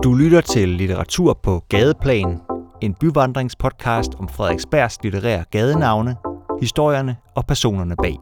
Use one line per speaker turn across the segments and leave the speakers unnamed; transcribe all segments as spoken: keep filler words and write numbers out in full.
Du lytter til Litteratur på Gadeplan, en byvandringspodcast om Frederiksbergs litterære gadenavne, historierne og personerne bag.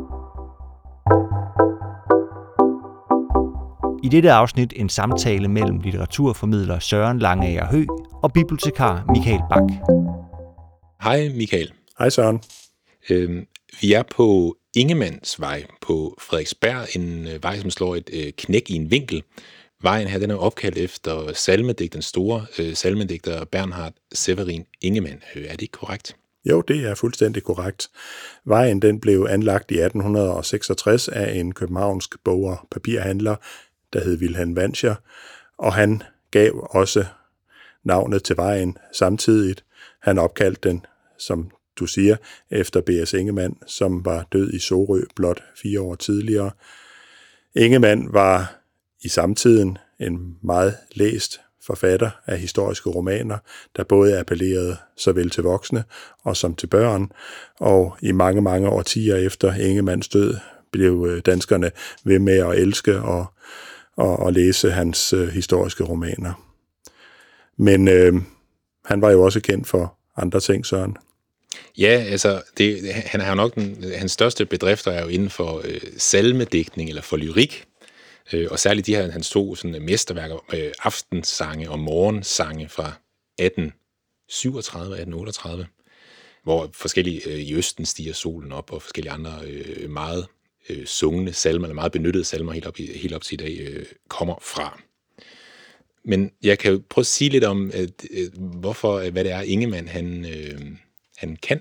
I dette afsnit en samtale mellem litteraturformidler Søren Langager Høgh og bibliotekar Michael Bak.
Hej Michael.
Hej Søren.
Øhm, vi er på Ingemannsvej på Frederiksberg, en øh, vej, som slår et øh, knæk i en vinkel. Vejen her den er opkaldt efter salmedigter, den store øh, salmedigter Bernhard Severin Ingemann. Øh, er det ikke korrekt?
Jo, det er fuldstændig korrekt. Vejen den blev anlagt i atten seksogtres af en københavnsk bog- og papirhandler, der hed Wilhelm Wanscher, og han gav også navnet til vejen samtidigt. Han opkaldte den, som du siger, efter B S Ingemann, som var død i Sorø blot fire år tidligere. Ingemann var i samtiden en meget læst forfatter af historiske romaner, der både appellerede såvel til voksne og som til børn, og i mange, mange årtier efter Ingemanns død blev danskerne ved med at elske og, og, og læse hans øh, historiske romaner. Men øh, han var jo også kendt for andre ting, Søren.
Ja, altså, det, han har jo nok den, hans største bedrifter er jo inden for øh, salmedigtning eller for lyrik. Øh, og særligt de her, hans to sådan, mesterværker, øh, aftensange og morgensange fra atten syvogtredive atten otteogtredive, hvor forskellige øh, i østen stiger solen op, og forskellige andre øh, meget øh, sungne salmer, eller meget benyttede salmer helt op, i, helt op til i dag, øh, kommer fra. Men jeg kan jo prøve at sige lidt om, at, øh, hvorfor, hvad det er, Ingemann han, øh, han kan.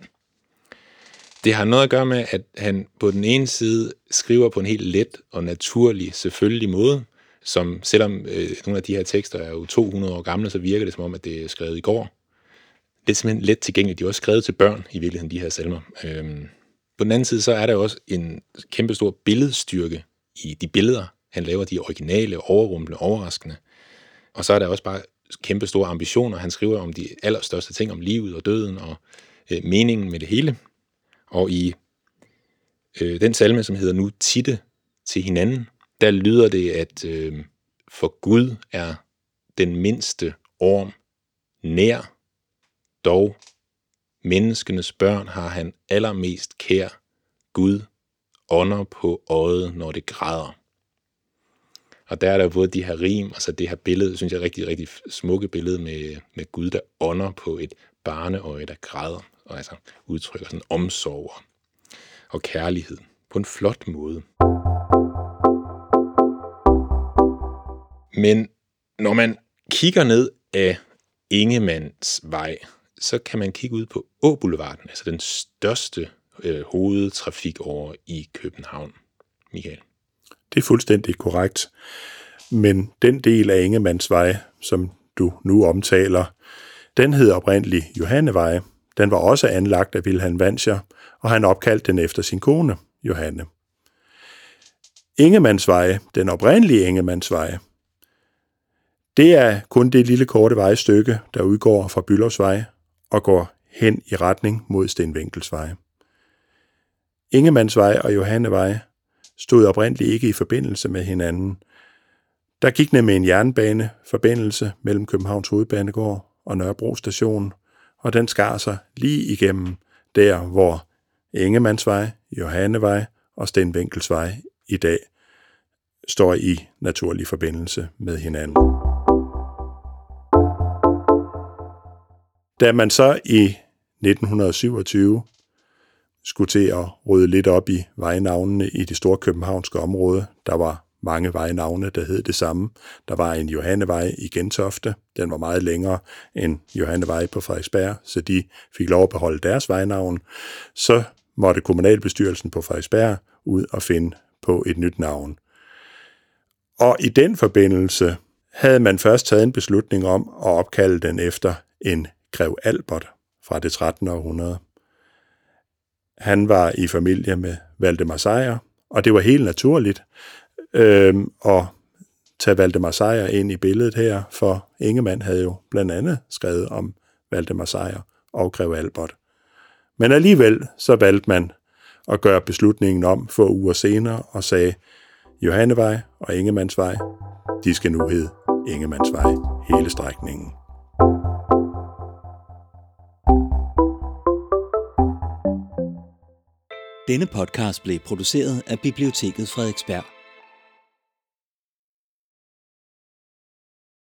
Det har noget at gøre med, at han på den ene side skriver på en helt let og naturlig, selvfølgelig måde, som selvom øh, nogle af de her tekster er jo to hundrede år gamle, så virker det som om, at det er skrevet i går. Det er simpelthen let tilgængeligt. De er også skrevet til børn i virkeligheden, de her salmer. Øhm, på den anden side, så er der jo også en kæmpestor billedstyrke i de billeder, han laver, de originale, overrumplende, overraskende. Og så er der også bare kæmpestore ambitioner. Han skriver om de allerstørste ting, om livet og døden og øh, meningen med det hele. Og i øh, den salme, som hedder Nu titte til hinanden, der lyder det, at øh, for Gud er den mindste orm nær, dog menneskenes børn har han allermest kær. Gud ånder på øjet, når det græder. Og der er der både de her rim, og så det her billede, synes jeg er rigtig, rigtig smukke billede med, med Gud, der ånder på et barneøje, der græder, og altså udtrykker sådan omsorg og kærlighed på en flot måde. Men når man kigger ned af Ingemannsvej, så kan man kigge ud på Åboulevarden, altså den største øh, hovedtrafikåre i København. Michael?
Det er fuldstændig korrekt. Men den del af Ingemannsvej, som du nu omtaler, den hed oprindeligt Johannevej. Den var også anlagt af Wilhelm Wanscher, og han opkaldte den efter sin kone, Johanne. Ingemannsvej, den oprindelige Ingemannsvej, det er kun det lille korte vejstykke, der udgår fra Bülowsvej og går hen i retning mod Stenvinkelsvej. Ingemannsvej og Johannevej stod oprindeligt ikke i forbindelse med hinanden. Der gik nemlig en jernbaneforbindelse mellem Københavns Hovedbanegård og Nørrebro Station, og den skar sig lige igennem der, hvor Ingemannsvej, Johannevej og Stenvinkelsvej i dag står i naturlig forbindelse med hinanden. Da man så i nitten syvogtyve skulle til at rydde lidt op i vejnavnene i det store københavnske område, der var mange vejnavne, der hed det samme. Der var en Johannevej i Gentofte. Den var meget længere end Johannevej på Frederiksberg, så de fik lov at beholde deres vejnavn. Så måtte kommunalbestyrelsen på Frederiksberg ud og finde på et nyt navn. Og i den forbindelse havde man først taget en beslutning om at opkalde den efter en grev Albert fra det trettende århundrede. Han var i familie med Valdemar Sejr, og det var helt naturligt øh, at tage Valdemar Sejr ind i billedet her, for Ingemann havde jo blandt andet skrevet om Valdemar Sejr og grev Albert. Men alligevel så valgte man at gøre beslutningen om få uger senere og sagde, Johannevej og Ingemannsvej, de skal nu hedde Ingemannsvej. hele strækningen.
Denne podcast blev produceret af Biblioteket Frederiksberg.